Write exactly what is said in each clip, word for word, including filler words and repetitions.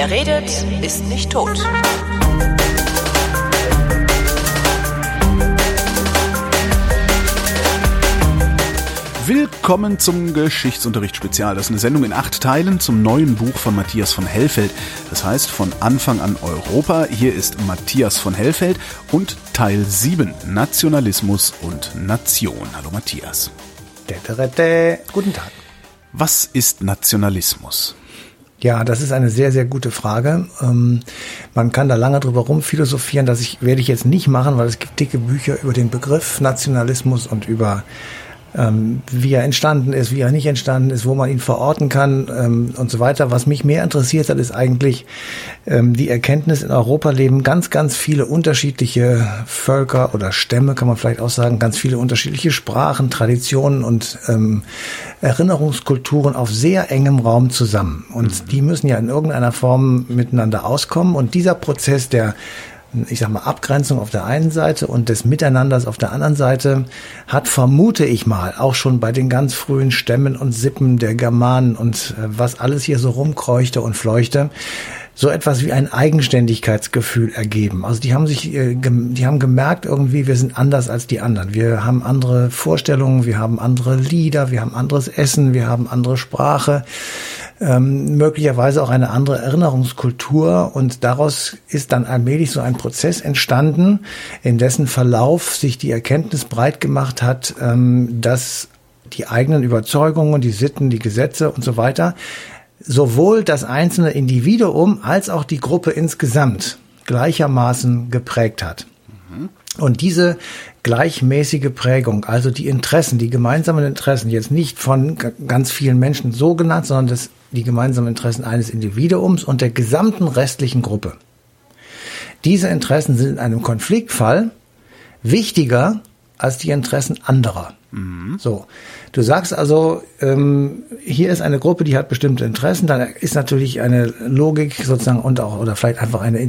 Wer redet, ist nicht tot. Willkommen zum Geschichtsunterricht-Spezial. Das ist eine Sendung in acht Teilen zum neuen Buch von Matthias von Hellfeld. Das heißt von Anfang an Europa. Hier ist Matthias von Hellfeld und Teil sieben, Nationalismus und Nation. Hallo Matthias. Guten Tag. Was ist Nationalismus? Ja, das ist eine sehr, sehr gute Frage. Ähm, man kann da lange drüber rumphilosophieren. Das ich, werde ich jetzt nicht machen, weil es gibt dicke Bücher über den Begriff Nationalismus und über Ähm, wie er entstanden ist, wie er nicht entstanden ist, wo man ihn verorten kann ähm, und so weiter. Was mich mehr interessiert hat, ist eigentlich ähm, die Erkenntnis, in Europa leben ganz, ganz viele unterschiedliche Völker oder Stämme, kann man vielleicht auch sagen, ganz viele unterschiedliche Sprachen, Traditionen und ähm, Erinnerungskulturen auf sehr engem Raum zusammen. Und mhm. die müssen ja in irgendeiner Form miteinander auskommen. Und dieser Prozess der ich sag mal, Abgrenzung auf der einen Seite und des Miteinanders auf der anderen Seite hat, vermute ich mal, auch schon bei den ganz frühen Stämmen und Sippen der Germanen und äh, was alles hier so rumkreuchte und fleuchte, so etwas wie ein Eigenständigkeitsgefühl ergeben. Also die haben sich, äh, gem- die haben gemerkt irgendwie, wir sind anders als die anderen. Wir haben andere Vorstellungen, wir haben andere Lieder, wir haben anderes Essen, wir haben andere Sprache. Ähm, möglicherweise auch eine andere Erinnerungskultur, und daraus ist dann allmählich so ein Prozess entstanden, in dessen Verlauf sich die Erkenntnis breit gemacht hat, ähm, dass die eigenen Überzeugungen, die Sitten, die Gesetze und so weiter sowohl das einzelne Individuum als auch die Gruppe insgesamt gleichermaßen geprägt hat. Mhm. Und diese gleichmäßige Prägung, also die Interessen, die gemeinsamen Interessen, jetzt nicht von g- ganz vielen Menschen so genannt, sondern das, die gemeinsamen Interessen eines Individuums und der gesamten restlichen Gruppe. Diese Interessen sind in einem Konfliktfall wichtiger als die Interessen anderer. Mhm. So, du sagst also, ähm, hier ist eine Gruppe, die hat bestimmte Interessen, dann ist natürlich eine Logik sozusagen und auch oder vielleicht einfach eine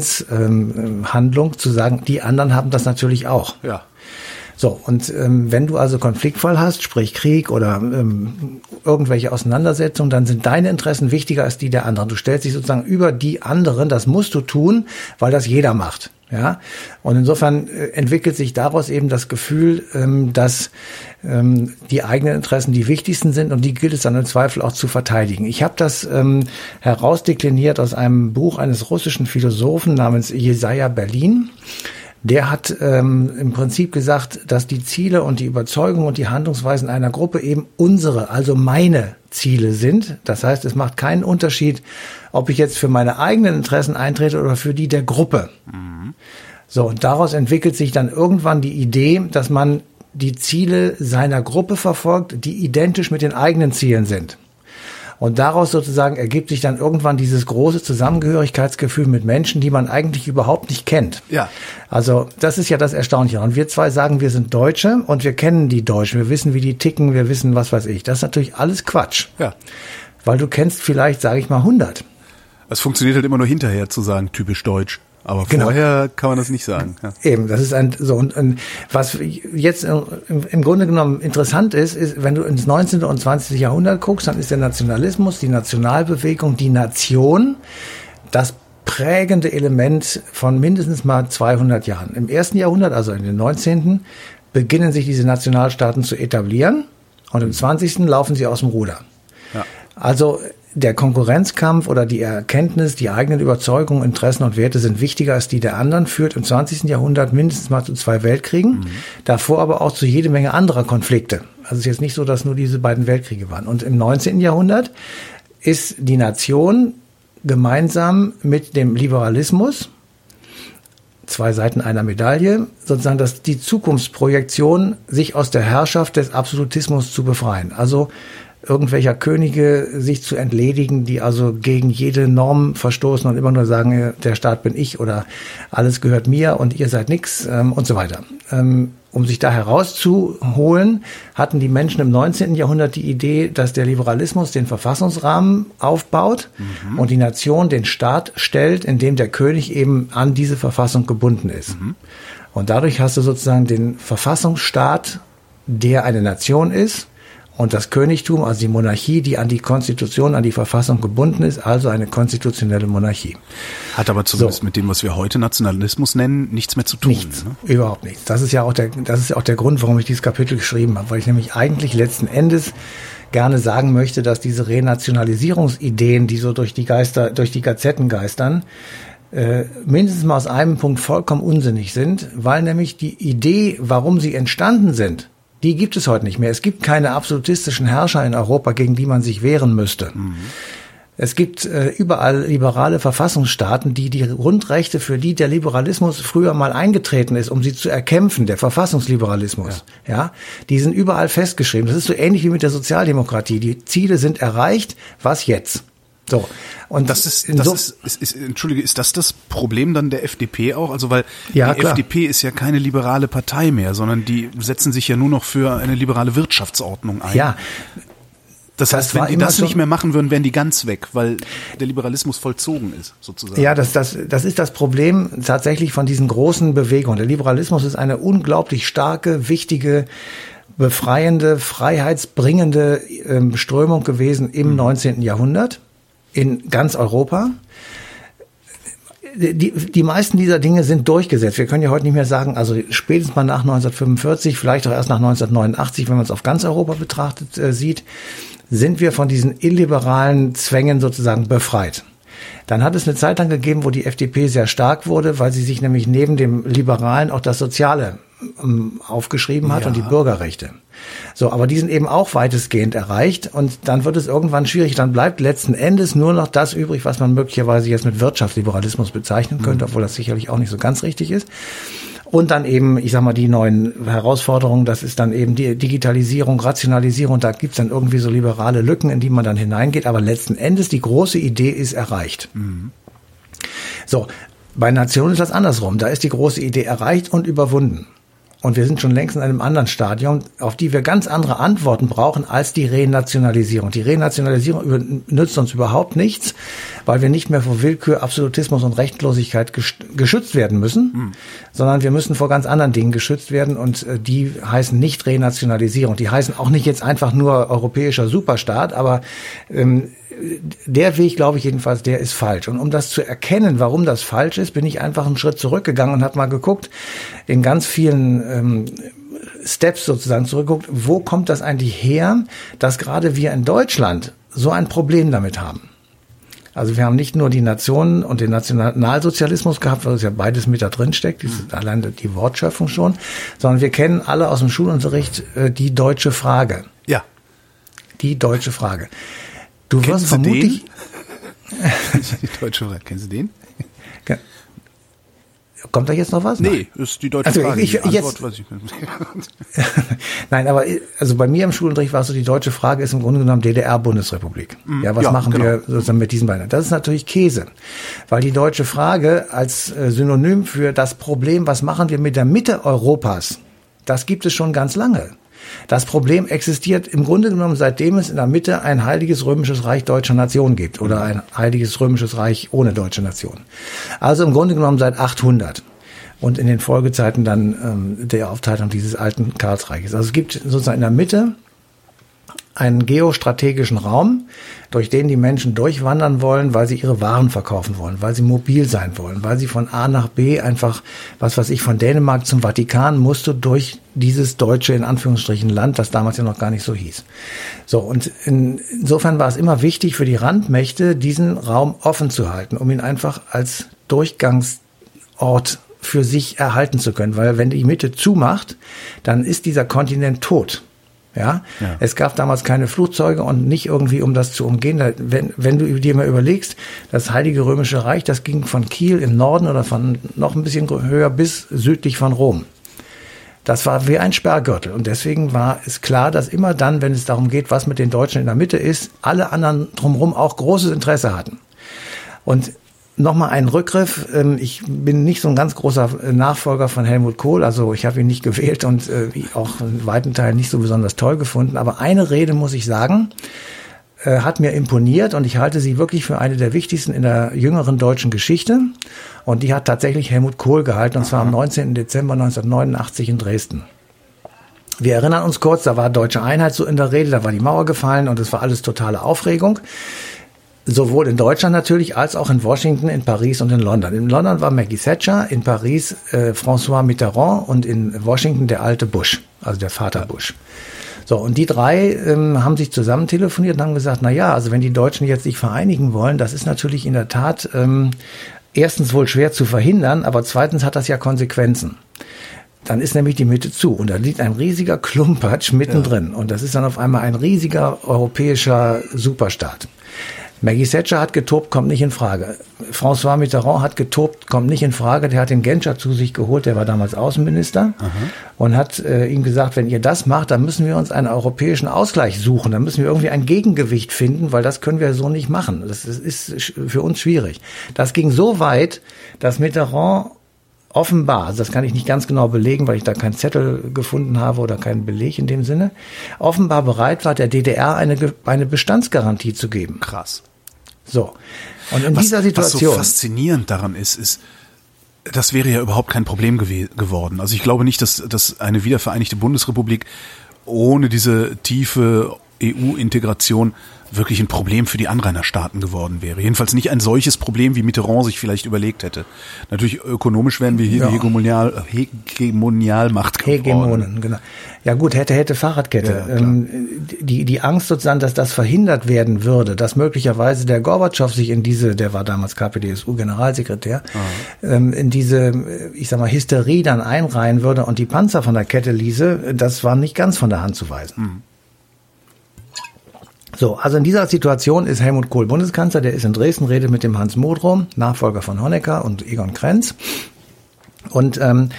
Intelligenzhandlung ähm, zu sagen, die anderen haben das natürlich auch. Ja. So, und ähm, wenn du also Konfliktfall hast, sprich Krieg oder ähm, irgendwelche Auseinandersetzungen, dann sind deine Interessen wichtiger als die der anderen. Du stellst dich sozusagen über die anderen, das musst du tun, weil das jeder macht. Ja, und insofern äh, entwickelt sich daraus eben das Gefühl, ähm, dass ähm, die eigenen Interessen die wichtigsten sind, und die gilt es dann im Zweifel auch zu verteidigen. Ich habe das ähm, herausdekliniert aus einem Buch eines russischen Philosophen namens Jesaja Berlin. Der hat ähm, im Prinzip gesagt, dass die Ziele und die Überzeugungen und die Handlungsweisen einer Gruppe eben unsere, also meine Ziele sind. Das heißt, es macht keinen Unterschied, ob ich jetzt für meine eigenen Interessen eintrete oder für die der Gruppe. Mhm. So, und daraus entwickelt sich dann irgendwann die Idee, dass man die Ziele seiner Gruppe verfolgt, die identisch mit den eigenen Zielen sind. Und daraus sozusagen ergibt sich dann irgendwann dieses große Zusammengehörigkeitsgefühl mit Menschen, die man eigentlich überhaupt nicht kennt. Ja. Also das ist ja das Erstaunliche. Und wir zwei sagen, wir sind Deutsche und wir kennen die Deutschen. Wir wissen, wie die ticken, wir wissen, was weiß ich. Das ist natürlich alles Quatsch. Ja. Weil du kennst vielleicht, sage ich mal, hundert. Es funktioniert halt immer nur hinterher zu sagen, typisch deutsch. Aber Genau. Vorher kann man das nicht sagen. Ja. Eben, das ist ein so und, und was jetzt im, im Grunde genommen interessant ist, ist, wenn du ins neunzehnten und zwanzigsten Jahrhundert guckst, dann ist der Nationalismus, die Nationalbewegung, die Nation das prägende Element von mindestens mal zweihundert Jahren. Im ersten Jahrhundert, also in den neunzehnten, beginnen sich diese Nationalstaaten zu etablieren, und im zwanzigsten laufen sie aus dem Ruder. Ja. Also der Konkurrenzkampf oder die Erkenntnis, die eigenen Überzeugungen, Interessen und Werte sind wichtiger als die der anderen, führt im zwanzigsten Jahrhundert mindestens mal zu zwei Weltkriegen, mhm. davor aber auch zu jede Menge anderer Konflikte. Also es ist jetzt nicht so, dass nur diese beiden Weltkriege waren. Und im neunzehnten Jahrhundert ist die Nation gemeinsam mit dem Liberalismus, zwei Seiten einer Medaille, sozusagen, dass die Zukunftsprojektion, sich aus der Herrschaft des Absolutismus zu befreien. Also irgendwelcher Könige sich zu entledigen, die also gegen jede Norm verstoßen und immer nur sagen, der Staat bin ich oder alles gehört mir und ihr seid nix ähm, und so weiter. Ähm, um sich da herauszuholen, hatten die Menschen im neunzehnten Jahrhundert die Idee, dass der Liberalismus den Verfassungsrahmen aufbaut mhm. und die Nation den Staat stellt, indem der König eben an diese Verfassung gebunden ist. Mhm. Und dadurch hast du sozusagen den Verfassungsstaat, der eine Nation ist, Und das Königtum, also die Monarchie, die an die Konstitution, an die Verfassung gebunden ist, also eine konstitutionelle Monarchie. Hat aber zumindest so. mit dem, was wir heute Nationalismus nennen, nichts mehr zu tun. Nichts, ne? Überhaupt nichts. Das ist ja auch der, das ist auch der Grund, warum ich dieses Kapitel geschrieben habe, weil ich nämlich eigentlich letzten Endes gerne sagen möchte, dass diese Renationalisierungsideen, die so durch die Geister, durch die Gazetten geistern, äh, mindestens mal aus einem Punkt vollkommen unsinnig sind, weil nämlich die Idee, warum sie entstanden sind, die gibt es heute nicht mehr. Es gibt keine absolutistischen Herrscher in Europa, gegen die man sich wehren müsste. Mhm. Es gibt äh, überall liberale Verfassungsstaaten, die die Grundrechte, für die der Liberalismus früher mal eingetreten ist, um sie zu erkämpfen, der Verfassungsliberalismus, ja, ja die sind überall festgeschrieben. Das ist so ähnlich wie mit der Sozialdemokratie. Die Ziele sind erreicht. Was jetzt? So. Und das ist, das so ist, ist, ist, entschuldige, ist das das Problem dann der F D P auch? Also, weil ja, die klar. F D P ist ja keine liberale Partei mehr, sondern die setzen sich ja nur noch für eine liberale Wirtschaftsordnung ein. Ja. Das heißt, das wenn die das so, nicht mehr machen würden, wären die ganz weg, weil der Liberalismus vollzogen ist, sozusagen. Ja, das, das, das ist das Problem tatsächlich von diesen großen Bewegungen. Der Liberalismus ist eine unglaublich starke, wichtige, befreiende, freiheitsbringende ähm, Strömung gewesen im mhm. neunzehnten Jahrhundert in ganz Europa. Die, die meisten dieser Dinge sind durchgesetzt. Wir können ja heute nicht mehr sagen, also spätestens mal nach neunzehnhundertfünfundvierzig, vielleicht auch erst nach neunzehnhundertneunundachtzig, wenn man es auf ganz Europa betrachtet äh, sieht, sind wir von diesen illiberalen Zwängen sozusagen befreit. Dann hat es eine Zeit lang gegeben, wo die F D P sehr stark wurde, weil sie sich nämlich neben dem Liberalen auch das Soziale ähm, aufgeschrieben hat, ja, und die Bürgerrechte. So, aber die sind eben auch weitestgehend erreicht und dann wird es irgendwann schwierig. Dann bleibt letzten Endes nur noch das übrig, was man möglicherweise jetzt mit Wirtschaftsliberalismus bezeichnen könnte, mhm. obwohl das sicherlich auch nicht so ganz richtig ist. Und dann eben, ich sag mal, die neuen Herausforderungen, das ist dann eben die Digitalisierung, Rationalisierung, da gibt's dann irgendwie so liberale Lücken, in die man dann hineingeht, aber letzten Endes die große Idee ist erreicht. Mhm. So, bei Nationen ist das andersrum, da ist die große Idee erreicht und überwunden. Und wir sind schon längst in einem anderen Stadium, auf die wir ganz andere Antworten brauchen als die Renationalisierung. Die Renationalisierung nützt uns überhaupt nichts, weil wir nicht mehr vor Willkür, Absolutismus und Rechtlosigkeit geschützt werden müssen, mhm. sondern wir müssen vor ganz anderen Dingen geschützt werden und die heißen nicht Renationalisierung. Die heißen auch nicht jetzt einfach nur europäischer Superstaat, aber ähm, der Weg, glaube ich jedenfalls, der ist falsch. Und um das zu erkennen, warum das falsch ist, bin ich einfach einen Schritt zurückgegangen und habe mal geguckt, in ganz vielen ähm, Steps sozusagen zurückgeguckt, wo kommt das eigentlich her, dass gerade wir in Deutschland so ein Problem damit haben. Also wir haben nicht nur die Nationen und den Nationalsozialismus gehabt, weil es ja beides mit da drin steckt, die, allein die Wortschöpfung schon, sondern wir kennen alle aus dem Schulunterricht äh, die deutsche Frage. Ja. Die deutsche Frage. Du Kennen wirst Sie vermutlich den? Die deutsche Frage. Kennen Sie den? Kommt da jetzt noch was? Nee, Nein. Ist die deutsche also Frage. Ich, ich, die Antwort jetzt, weiß ich nicht. Nein, aber also bei mir im Schulunterricht war es so, die deutsche Frage ist im Grunde genommen D D R-Bundesrepublik. Mm, ja, was ja, machen genau. wir sozusagen mit diesen beiden? Das ist natürlich Käse, weil die deutsche Frage als äh, Synonym für das Problem, was machen wir mit der Mitte Europas, das gibt es schon ganz lange. Das Problem existiert im Grunde genommen, seitdem es in der Mitte ein heiliges römisches Reich deutscher Nation gibt oder ein heiliges römisches Reich ohne deutsche Nation. Also im Grunde genommen seit achthundert und in den Folgezeiten dann ähm, der Aufteilung dieses alten Karlsreiches. Also es gibt sozusagen in der Mitte einen geostrategischen Raum, durch den die Menschen durchwandern wollen, weil sie ihre Waren verkaufen wollen, weil sie mobil sein wollen, weil sie von A nach B einfach, was weiß ich, von Dänemark zum Vatikan musste durch dieses deutsche, in Anführungsstrichen, Land, das damals ja noch gar nicht so hieß. So, und in, insofern war es immer wichtig für die Randmächte, diesen Raum offen zu halten, um ihn einfach als Durchgangsort für sich erhalten zu können, weil wenn die Mitte zumacht, dann ist dieser Kontinent tot. Ja? ja, es gab damals keine Flugzeuge und nicht irgendwie, um das zu umgehen. Wenn, wenn du dir mal überlegst, das Heilige Römische Reich, das ging von Kiel im Norden oder von noch ein bisschen höher bis südlich von Rom. Das war wie ein Sperrgürtel und deswegen war es klar, dass immer dann, wenn es darum geht, was mit den Deutschen in der Mitte ist, alle anderen drumherum auch großes Interesse hatten. Und nochmal ein Rückgriff. Ich bin nicht so ein ganz großer Nachfolger von Helmut Kohl, also ich habe ihn nicht gewählt und auch in weiten Teilen nicht so besonders toll gefunden. Aber eine Rede, muss ich sagen, hat mir imponiert und ich halte sie wirklich für eine der wichtigsten in der jüngeren deutschen Geschichte. Und die hat tatsächlich Helmut Kohl gehalten, und zwar am neunzehnten Dezember neunzehnhundertneunundachtzig in Dresden. Wir erinnern uns kurz, da war deutsche Einheit so in der Rede, da war die Mauer gefallen und es war alles totale Aufregung. Sowohl in Deutschland natürlich, als auch in Washington, in Paris und in London. In London war Maggie Thatcher, in Paris äh, François Mitterrand und in Washington der alte Bush, also der Vater Bush. So, und die drei ähm, haben sich zusammen telefoniert und haben gesagt, na ja, also wenn die Deutschen jetzt sich vereinigen wollen, das ist natürlich in der Tat ähm, erstens wohl schwer zu verhindern, aber zweitens hat das ja Konsequenzen. Dann ist nämlich die Mitte zu und da liegt ein riesiger Klumpatsch mittendrin. Ja. Und das ist dann auf einmal ein riesiger europäischer Superstaat. Maggie Thatcher hat getobt, kommt nicht in Frage. François Mitterrand hat getobt, kommt nicht in Frage. Der hat den Genscher zu sich geholt, der war damals Außenminister. Aha. Und hat äh, ihm gesagt, wenn ihr das macht, dann müssen wir uns einen europäischen Ausgleich suchen. Dann müssen wir irgendwie ein Gegengewicht finden, weil das können wir so nicht machen. Das ist für uns schwierig. Das ging so weit, dass Mitterrand offenbar, also das kann ich nicht ganz genau belegen, weil ich da keinen Zettel gefunden habe oder keinen Beleg in dem Sinne, offenbar bereit war, der D D R eine, eine Bestandsgarantie zu geben. Krass. So. Und in was, dieser Situation. Was so faszinierend daran ist, ist, das wäre ja überhaupt kein Problem gew- geworden. Also ich glaube nicht, dass, dass eine wiedervereinigte Bundesrepublik ohne diese tiefe E U-Integration wirklich ein Problem für die Anrainerstaaten geworden wäre. Jedenfalls nicht ein solches Problem, wie Mitterrand sich vielleicht überlegt hätte. Natürlich ökonomisch wären wir hier ja. die Hegemonial, Hegemonialmacht geworden. Hegemonen, genau. Ja gut, hätte, hätte Fahrradkette. Ja, ähm, die, die Angst sozusagen, dass das verhindert werden würde, dass möglicherweise der Gorbatschow sich in diese, der war damals K P D S U-Generalsekretär, ähm, in diese, ich sag mal, Hysterie dann einreihen würde und die Panzer von der Kette ließe, das war nicht ganz von der Hand zu weisen. Mhm. So, also in dieser Situation ist Helmut Kohl Bundeskanzler, der ist in Dresden, redet mit dem Hans Modrow, Nachfolger von Honecker und Egon Krenz. Und ähm,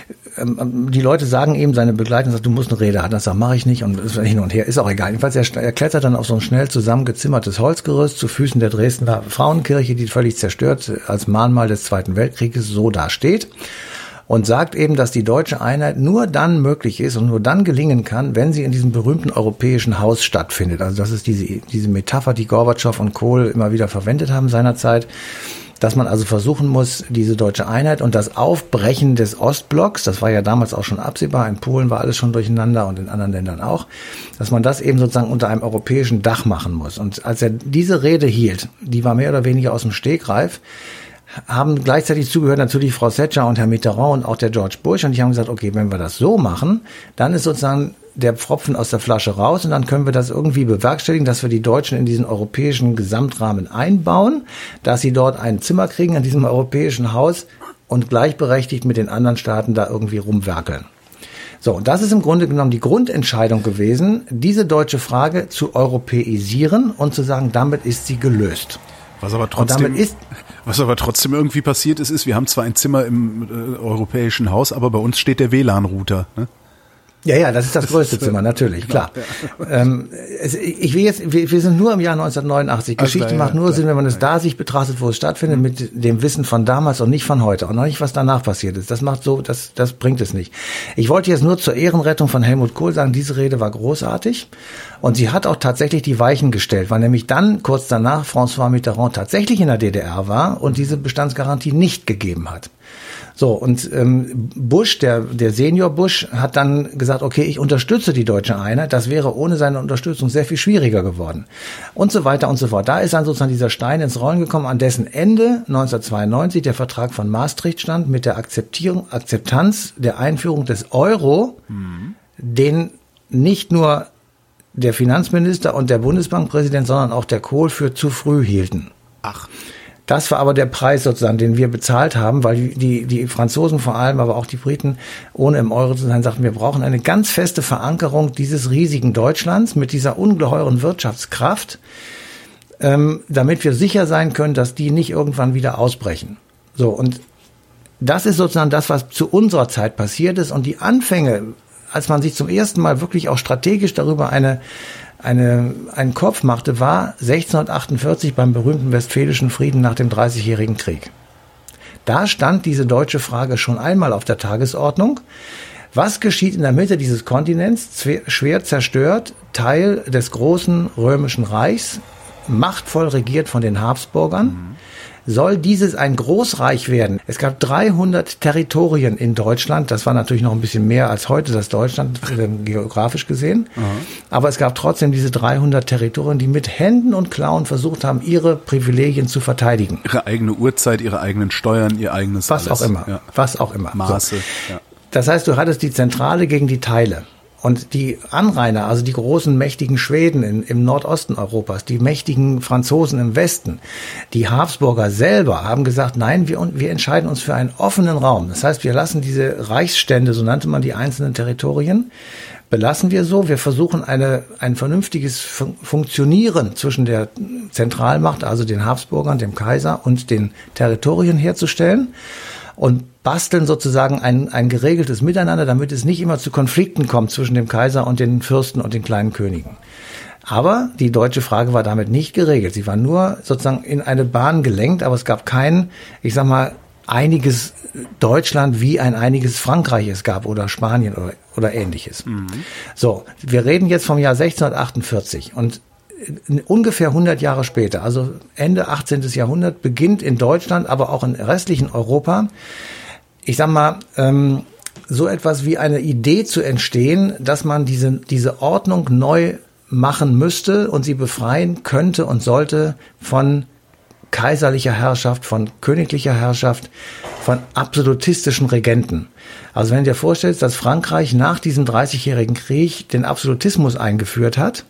ähm, die Leute sagen ihm, seine Begleiter, sagt, du musst eine Rede halten. Das sagt, mache ich nicht und ist hin und her, ist auch egal. Jedenfalls, er, er klettert dann auf so ein schnell zusammengezimmertes Holzgerüst zu Füßen der Dresdner Frauenkirche, die völlig zerstört als Mahnmal des Zweiten Weltkrieges so dasteht. Und sagt eben, dass die deutsche Einheit nur dann möglich ist und nur dann gelingen kann, wenn sie in diesem berühmten europäischen Haus stattfindet. Also das ist diese, diese Metapher, die Gorbatschow und Kohl immer wieder verwendet haben seinerzeit, dass man also versuchen muss, diese deutsche Einheit und das Aufbrechen des Ostblocks, das war ja damals auch schon absehbar, in Polen war alles schon durcheinander und in anderen Ländern auch, dass man das eben sozusagen unter einem europäischen Dach machen muss. Und als er diese Rede hielt, die war mehr oder weniger aus dem Stegreif, haben gleichzeitig zugehört natürlich Frau Thatcher und Herr Mitterrand und auch der George Bush und die haben gesagt, okay, wenn wir das so machen, dann ist sozusagen der Pfropfen aus der Flasche raus und dann können wir das irgendwie bewerkstelligen, dass wir die Deutschen in diesen europäischen Gesamtrahmen einbauen, dass sie dort ein Zimmer kriegen in diesem europäischen Haus und gleichberechtigt mit den anderen Staaten da irgendwie rumwerkeln. So, und das ist im Grunde genommen die Grundentscheidung gewesen, diese deutsche Frage zu europäisieren und zu sagen, damit ist sie gelöst. Was aber trotzdem, ist, was aber trotzdem irgendwie passiert ist, ist, wir haben zwar ein Zimmer im äh, europäischen Haus, aber bei uns steht der W L A N-Router. Ne? Ja, ja, das ist das größte Zimmer, natürlich, klar. Ja. Ähm, es, ich will jetzt, wir, wir sind nur im Jahr neunzehnhundertneunundachtzig. Also Geschichte klar, macht nur ja, Sinn, wenn man es da sich betrachtet, wo es stattfindet, mit dem Wissen von damals und nicht von heute. Und noch nicht, was danach passiert ist. Das macht so, das, das bringt es nicht. Ich wollte jetzt nur zur Ehrenrettung von Helmut Kohl sagen, diese Rede war großartig. Und sie hat auch tatsächlich die Weichen gestellt, weil nämlich dann, kurz danach, François Mitterrand tatsächlich in der D D R war und diese Bestandsgarantie nicht gegeben hat. So, und ähm, Bush, der der Senior Bush, hat dann gesagt, okay, ich unterstütze die deutsche Einheit. Das wäre ohne seine Unterstützung sehr viel schwieriger geworden. Und so weiter und so fort. Da ist dann sozusagen dieser Stein ins Rollen gekommen, an dessen Ende neunzehnhundertzweiundneunzig der Vertrag von Maastricht stand mit der Akzeptierung, Akzeptanz der Einführung des Euro, mhm. den nicht nur der Finanzminister und der Bundesbankpräsident, sondern auch der Kohl für zu früh hielten. Ach. Das war aber der Preis sozusagen, den wir bezahlt haben, weil die, die Franzosen vor allem, aber auch die Briten, ohne im Euro zu sein, sagten, wir brauchen eine ganz feste Verankerung dieses riesigen Deutschlands mit dieser ungeheuren Wirtschaftskraft, ähm, damit wir sicher sein können, dass die nicht irgendwann wieder ausbrechen. So, und das ist sozusagen das, was zu unserer Zeit passiert ist. Und die Anfänge, als man sich zum ersten Mal wirklich auch strategisch darüber eine eine, einen Kopf machte, war sechzehnhundertachtundvierzig beim berühmten Westfälischen Frieden nach dem Dreißigjährigen Krieg. Da stand diese deutsche Frage schon einmal auf der Tagesordnung. Was geschieht in der Mitte dieses Kontinents, schwer zerstört, Teil des großen römischen Reichs, machtvoll regiert von den Habsburgern, soll dieses ein Großreich werden. Es gab dreihundert Territorien in Deutschland. Das war natürlich noch ein bisschen mehr als heute das Deutschland, äh, geografisch gesehen. Mhm. Aber es gab trotzdem diese dreihundert Territorien, die mit Händen und Klauen versucht haben, ihre Privilegien zu verteidigen. Ihre eigene Uhrzeit, ihre eigenen Steuern, ihr eigenes Was alles. auch immer. Ja. Was auch immer. Maße. So. Ja. Das heißt, du hattest die Zentrale gegen die Teile. Und die Anrainer, also die großen, mächtigen Schweden in, im Nordosten Europas, die mächtigen Franzosen im Westen, die Habsburger selber haben gesagt, nein, wir, wir entscheiden uns für einen offenen Raum. Das heißt, wir lassen diese Reichsstände, so nannte man die einzelnen Territorien, belassen wir so. Wir versuchen eine, ein vernünftiges Funktionieren zwischen der Zentralmacht, also den Habsburgern, dem Kaiser und den Territorien herzustellen. Und basteln sozusagen ein, ein geregeltes Miteinander, damit es nicht immer zu Konflikten kommt zwischen dem Kaiser und den Fürsten und den kleinen Königen. Aber die deutsche Frage war damit nicht geregelt. Sie war nur sozusagen in eine Bahn gelenkt, aber es gab kein, ich sag mal, einiges Deutschland wie ein einiges Frankreich es gab oder Spanien oder, oder ähnliches. Mhm. So, wir reden jetzt vom Jahr sechzehnhundertachtundvierzig und ungefähr hundert Jahre später, also Ende achtzehnten Jahrhundert, beginnt in Deutschland, aber auch im restlichen Europa, ich sag mal, ähm, so etwas wie eine Idee zu entstehen, dass man diese, diese Ordnung neu machen müsste und sie befreien könnte und sollte von kaiserlicher Herrschaft, von königlicher Herrschaft, von absolutistischen Regenten. Also wenn du dir vorstellst, dass Frankreich nach diesem dreißigjährigen Krieg den Absolutismus eingeführt hat,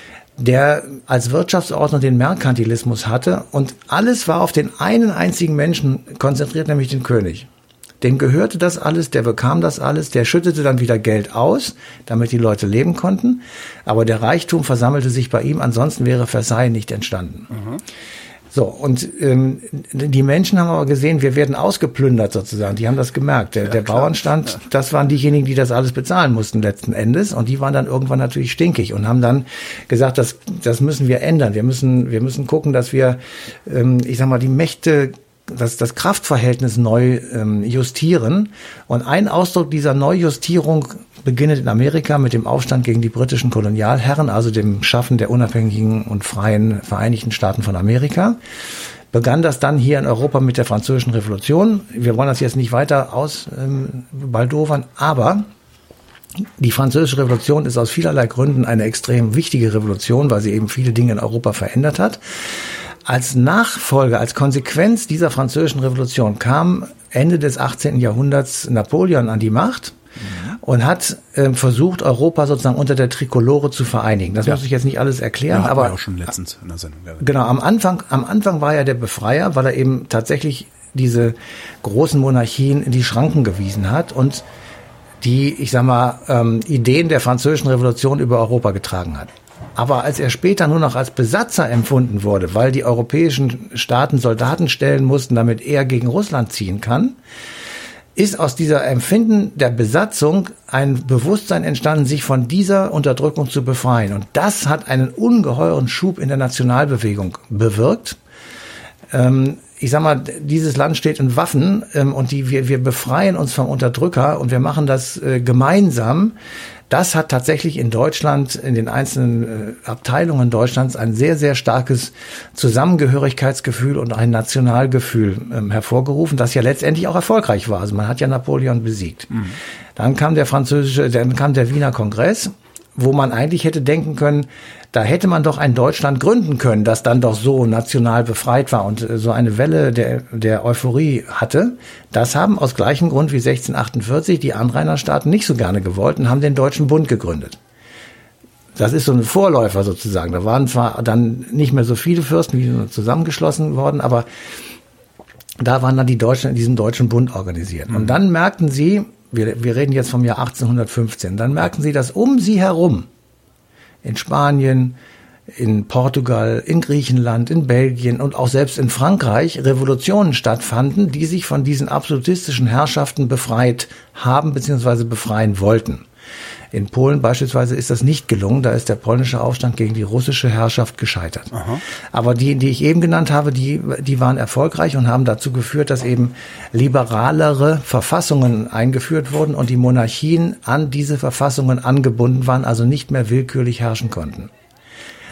der als Wirtschaftsordnung den Merkantilismus hatte und alles war auf den einen einzigen Menschen konzentriert, nämlich den König. Dem gehörte das alles, der bekam das alles, der schüttete dann wieder Geld aus, damit die Leute leben konnten, aber der Reichtum versammelte sich bei ihm, ansonsten wäre Versailles nicht entstanden. Mhm. So, und ähm, die Menschen haben aber gesehen, wir werden ausgeplündert sozusagen, die haben das gemerkt. Der, ja, der Bauernstand, ja. Das waren diejenigen, die das alles bezahlen mussten letzten Endes und die waren dann irgendwann natürlich stinkig und haben dann gesagt, das, das müssen wir ändern. Wir müssen, wir müssen gucken, dass wir, ähm, ich sag mal, die Mächte, das, das Kraftverhältnis neu ähm, justieren. Und ein Ausdruck dieser Neujustierung beginnt in Amerika mit dem Aufstand gegen die britischen Kolonialherren, also dem Schaffen der unabhängigen und freien Vereinigten Staaten von Amerika. Begann das dann hier in Europa mit der Französischen Revolution. Wir wollen das jetzt nicht weiter ausbaldowern, ähm, aber die Französische Revolution ist aus vielerlei Gründen eine extrem wichtige Revolution, weil sie eben viele Dinge in Europa verändert hat. Als Nachfolge, als Konsequenz dieser Französischen Revolution kam Ende des achtzehnten Jahrhunderts Napoleon an die Macht mhm. und hat äh, versucht, Europa sozusagen unter der Trikolore zu vereinigen. Das ja. muss ich jetzt nicht alles erklären, ja, aber wir auch schon letztens in der Sendung. Genau, am Anfang, am Anfang war er der Befreier, weil er eben tatsächlich diese großen Monarchien in die Schranken gewiesen hat und die, ich sag mal, ähm, Ideen der Französischen Revolution über Europa getragen hat. Aber als er später nur noch als Besatzer empfunden wurde, weil die europäischen Staaten Soldaten stellen mussten, damit er gegen Russland ziehen kann, ist aus dieser Empfinden der Besatzung ein Bewusstsein entstanden, sich von dieser Unterdrückung zu befreien. Und das hat einen ungeheuren Schub in der Nationalbewegung bewirkt. Ähm, ich sag mal, dieses Land steht in Waffen ähm, und die, wir, wir befreien uns vom Unterdrücker und wir machen das äh, gemeinsam. Das hat tatsächlich in Deutschland, in den einzelnen äh, Abteilungen Deutschlands ein sehr, sehr starkes Zusammengehörigkeitsgefühl und ein Nationalgefühl ähm, hervorgerufen, das ja letztendlich auch erfolgreich war. Also man hat ja Napoleon besiegt. Mhm. Dann kam der französische, dann kam der Wiener Kongress, wo man eigentlich hätte denken können, da hätte man doch ein Deutschland gründen können, das dann doch so national befreit war und so eine Welle der, der Euphorie hatte. Das haben aus gleichem Grund wie sechzehnhundertachtundvierzig die Anrainerstaaten nicht so gerne gewollt und haben den Deutschen Bund gegründet. Das ist so ein Vorläufer sozusagen. Da waren zwar dann nicht mehr so viele Fürsten, wie zusammengeschlossen worden, aber da waren dann die Deutschen in diesem Deutschen Bund organisiert. Mhm. Und dann merkten sie, wir, wir reden jetzt vom Jahr achtzehnhundertfünfzehn, dann merkten sie, dass um sie herum in Spanien, in Portugal, in Griechenland, in Belgien und auch selbst in Frankreich Revolutionen stattfanden, die sich von diesen absolutistischen Herrschaften befreit haben bzw. befreien wollten. In Polen beispielsweise ist das nicht gelungen, da ist der polnische Aufstand gegen die russische Herrschaft gescheitert. Aha. Aber die, die ich eben genannt habe, die, die waren erfolgreich und haben dazu geführt, dass eben liberalere Verfassungen eingeführt wurden und die Monarchien an diese Verfassungen angebunden waren, also nicht mehr willkürlich herrschen konnten.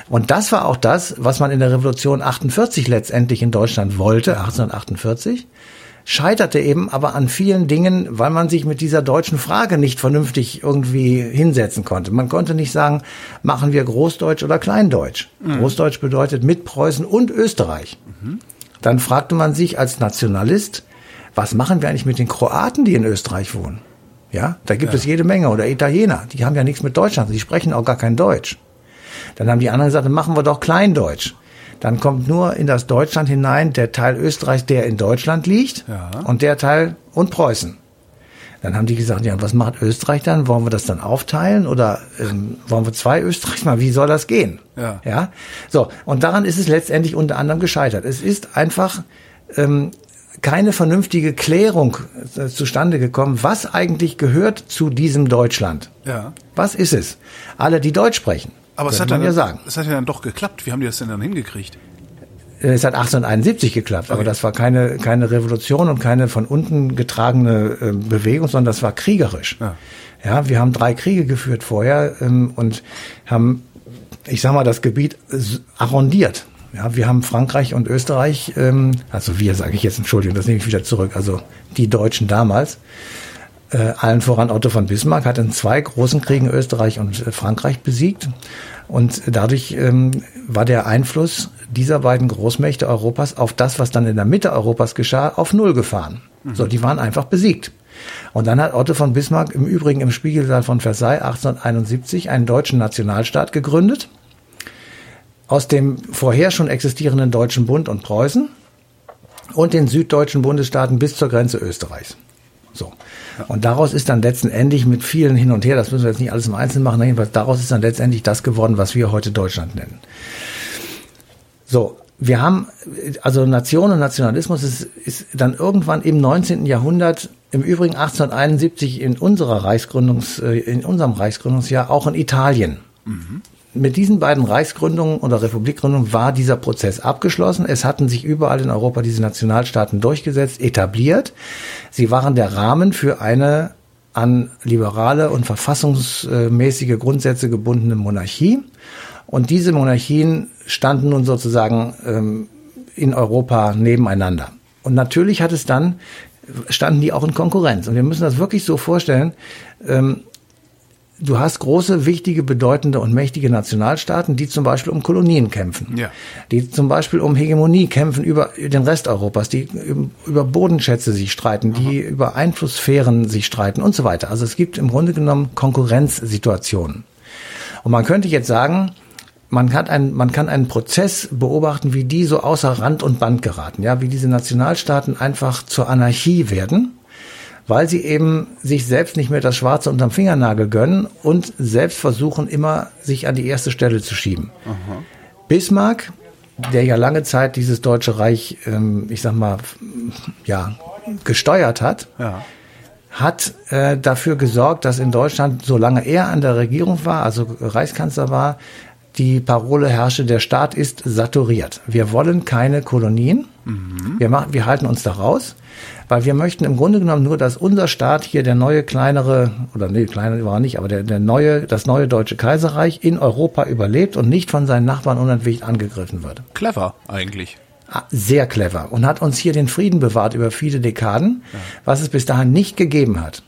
Und das war auch das, was man in der Revolution achtundvierzig letztendlich in Deutschland wollte, achtzehnhundertachtundvierzig. Scheiterte eben aber an vielen Dingen, weil man sich mit dieser deutschen Frage nicht vernünftig irgendwie hinsetzen konnte. Man konnte nicht sagen, machen wir Großdeutsch oder Kleindeutsch. Mhm. Großdeutsch bedeutet mit Preußen und Österreich. Mhm. Dann fragte man sich als Nationalist, was machen wir eigentlich mit den Kroaten, die in Österreich wohnen? Ja, da gibt ja. es jede Menge. Oder Italiener, die haben ja nichts mit Deutschland, die sprechen auch gar kein Deutsch. Dann haben die anderen gesagt, dann machen wir doch Kleindeutsch. Dann kommt nur in das Deutschland hinein der Teil Österreichs, der in Deutschland liegt, ja. und der Teil und Preußen. Dann haben die gesagt, ja, was macht Österreich dann? Wollen wir das dann aufteilen oder ähm, wollen wir zwei Österreich machen? Wie soll das gehen? Ja. ja. So, und daran ist es letztendlich unter anderem gescheitert. Es ist einfach ähm, keine vernünftige Klärung äh, zustande gekommen, was eigentlich gehört zu diesem Deutschland. Ja. Was ist es? Alle, die Deutsch sprechen. Aber es hat, dann, ja sagen. es hat ja dann doch geklappt. Wie haben die das denn dann hingekriegt? Es hat achtzehnhunderteinundsiebzig geklappt, okay. aber das war keine keine Revolution und keine von unten getragene äh, Bewegung, sondern das war kriegerisch. Ja. ja, wir haben drei Kriege geführt vorher ähm, und haben, ich sag mal, das Gebiet arrondiert. Ja, wir haben Frankreich und Österreich, ähm, also wir sage ich jetzt, Entschuldigung, das nehme ich wieder zurück, also die Deutschen damals. Äh, allen voran Otto von Bismarck hat in zwei großen Kriegen Österreich und äh, Frankreich besiegt und dadurch ähm, war der Einfluss dieser beiden Großmächte Europas auf das, was dann in der Mitte Europas geschah, auf Null gefahren. Mhm. So, die waren einfach besiegt. Und dann hat Otto von Bismarck im Übrigen im Spiegelsaal von Versailles achtzehnhunderteinundsiebzig einen deutschen Nationalstaat gegründet, aus dem vorher schon existierenden Deutschen Bund und Preußen und den süddeutschen Bundesstaaten bis zur Grenze Österreichs. So. Und daraus ist dann letztendlich mit vielen hin und her, das müssen wir jetzt nicht alles im Einzelnen machen, jedenfalls daraus ist dann letztendlich das geworden, was wir heute Deutschland nennen. So, wir haben, also Nation und Nationalismus ist, ist dann irgendwann im neunzehnten Jahrhundert, im Übrigen achtzehnhunderteinundsiebzig in unserer Reichsgründungs, in unserem Reichsgründungsjahr auch in Italien. Mhm. Mit diesen beiden Reichsgründungen oder Republikgründungen war dieser Prozess abgeschlossen. Es hatten sich überall in Europa diese Nationalstaaten durchgesetzt, etabliert. Sie waren der Rahmen für eine an liberale und verfassungsmäßige Grundsätze gebundene Monarchie. Und diese Monarchien standen nun sozusagen ähm, in Europa nebeneinander. Und natürlich hat es dann, standen die auch in Konkurrenz. Und wir müssen das wirklich so vorstellen, ähm, du hast große, wichtige, bedeutende und mächtige Nationalstaaten, die zum Beispiel um Kolonien kämpfen, ja. die zum Beispiel um Hegemonie kämpfen über den Rest Europas, die über Bodenschätze sich streiten, die Aha. über Einflusssphären sich streiten und so weiter. Also es gibt im Grunde genommen Konkurrenzsituationen. Und man könnte jetzt sagen, man kann einen, man kann einen Prozess beobachten, wie die so außer Rand und Band geraten, ja, wie diese Nationalstaaten einfach zur Anarchie werden, weil sie eben sich selbst nicht mehr das Schwarze unterm Fingernagel gönnen und selbst versuchen, immer sich an die erste Stelle zu schieben. Aha. Bismarck, der ja lange Zeit dieses Deutsche Reich, ähm, ich sag mal, ja, gesteuert hat, ja. hat äh, dafür gesorgt, dass in Deutschland, solange er an der Regierung war, also Reichskanzler war, die Parole herrsche, der Staat ist saturiert. Wir wollen keine Kolonien. Mhm. Wir machen, wir halten uns da raus, weil wir möchten im Grunde genommen nur, dass unser Staat hier der neue kleinere, oder nee, kleiner war er nicht, aber der, der neue, das neue Deutsche Kaiserreich in Europa überlebt und nicht von seinen Nachbarn unentwegt angegriffen wird. Clever eigentlich. Sehr clever und hat uns hier den Frieden bewahrt über viele Dekaden, ja. was es bis dahin nicht gegeben hat.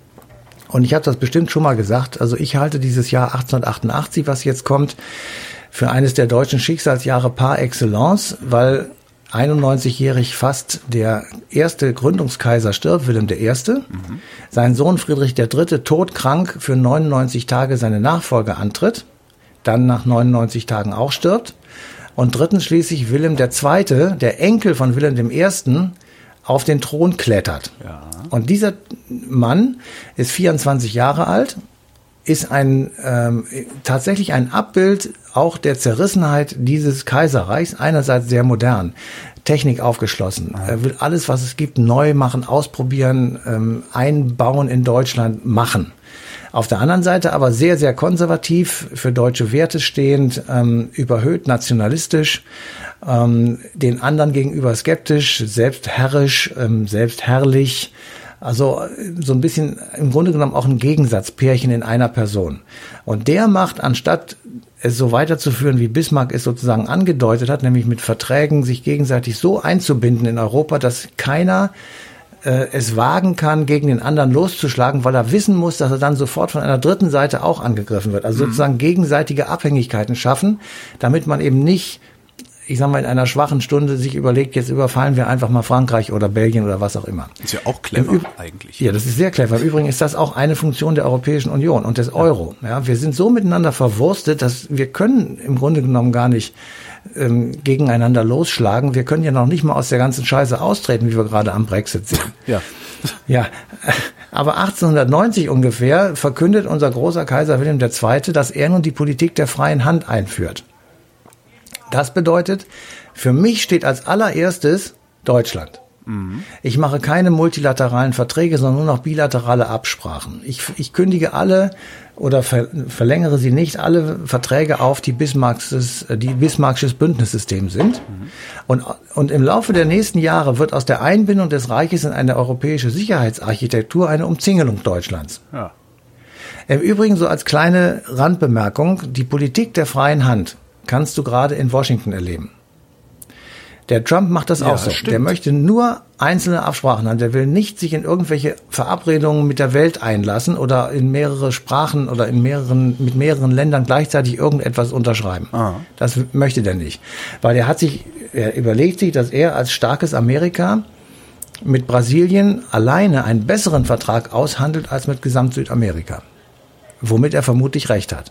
Und ich habe das bestimmt schon mal gesagt, also ich halte dieses Jahr achtzehnhundertachtundachtzig, was jetzt kommt, für eines der deutschen Schicksalsjahre par excellence, weil einundneunzigjährig fast der erste Gründungskaiser stirbt, Wilhelm der Erste. Mhm. Sein Sohn Friedrich der Dritte, todkrank, für neunundneunzig Tage seine Nachfolge antritt, dann nach neunundneunzig Tagen auch stirbt. Und drittens schließlich Wilhelm der Zweite, der Enkel von Wilhelm dem Ersten, auf den Thron klettert. Ja. Und dieser Mann ist vierundzwanzig Jahre alt, ist ein ähm, tatsächlich ein Abbild auch der Zerrissenheit dieses Kaiserreichs, einerseits sehr modern, Technik aufgeschlossen. Ja. Er will alles, was es gibt, neu machen, ausprobieren, ähm, einbauen in Deutschland, machen. Auf der anderen Seite aber sehr, sehr konservativ, für deutsche Werte stehend, ähm, überhöht nationalistisch, ähm, den anderen gegenüber skeptisch, selbst herrisch, ähm, selbst herrlich, Also so ein bisschen im Grunde genommen auch ein Gegensatzpärchen in einer Person. Und der macht, anstatt es so weiterzuführen, wie Bismarck es sozusagen angedeutet hat, nämlich mit Verträgen sich gegenseitig so einzubinden in Europa, dass keiner äh, es wagen kann, gegen den anderen loszuschlagen, weil er wissen muss, dass er dann sofort von einer dritten Seite auch angegriffen wird. Also mhm. sozusagen gegenseitige Abhängigkeiten schaffen, damit man eben nicht, ich sag mal, in einer schwachen Stunde sich überlegt, jetzt überfallen wir einfach mal Frankreich oder Belgien oder was auch immer. Ist ja auch clever Üb- eigentlich. Ja, das ist sehr clever. Im Übrigen ist das auch eine Funktion der Europäischen Union und des Euro. Ja, wir sind so miteinander verwurstet, dass wir können im Grunde genommen gar nicht ähm, gegeneinander losschlagen. Wir können ja noch nicht mal aus der ganzen Scheiße austreten, wie wir gerade am Brexit sehen. Ja. Ja, aber achtzehnhundertneunzig ungefähr verkündet unser großer Kaiser Wilhelm der Zweite., dass er nun die Politik der freien Hand einführt. Das bedeutet, für mich steht als allererstes Deutschland. Mhm. Ich mache keine multilateralen Verträge, sondern nur noch bilaterale Absprachen. Ich, ich kündige alle oder ver, verlängere sie nicht, alle Verträge auf, die Bismarckses, die Bismarcksches Bündnissystem sind. Mhm. Und, und im Laufe der nächsten Jahre wird aus der Einbindung des Reiches in eine europäische Sicherheitsarchitektur eine Umzingelung Deutschlands. Ja. Im Übrigen so als kleine Randbemerkung, die Politik der freien Hand kannst du gerade in Washington erleben. Der Trump macht das ja, auch so. Stimmt. Der möchte nur einzelne Absprachen haben. Der will nicht sich in irgendwelche Verabredungen mit der Welt einlassen oder in mehrere Sprachen oder in mehreren, mit mehreren Ländern gleichzeitig irgendetwas unterschreiben. Ah. Das möchte der nicht. Weil er hat sich, er überlegt sich, dass er als starkes Amerika mit Brasilien alleine einen besseren Vertrag aushandelt als mit Gesamt Südamerika. Womit er vermutlich recht hat.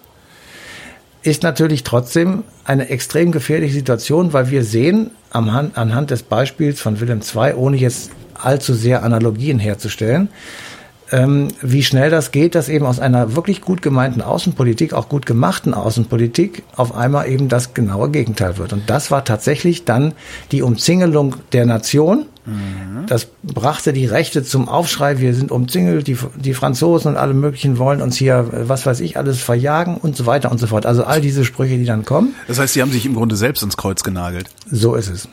Ist natürlich trotzdem eine extrem gefährliche Situation, weil wir sehen am Hand, anhand des Beispiels von Wilhelm der Zweite., ohne jetzt allzu sehr Analogien herzustellen, ähm, wie schnell das geht, dass eben aus einer wirklich gut gemeinten Außenpolitik, auch gut gemachten Außenpolitik, auf einmal eben das genaue Gegenteil wird. Und das war tatsächlich dann die Umzingelung der Nation. Mhm. Das brachte die Rechte zum Aufschrei, wir sind umzingelt, die, die Franzosen und alle möglichen wollen uns hier, was weiß ich, alles verjagen und so weiter und so fort. Also all diese Sprüche, die dann kommen. Das heißt, sie haben sich im Grunde selbst ins Kreuz genagelt. So ist es.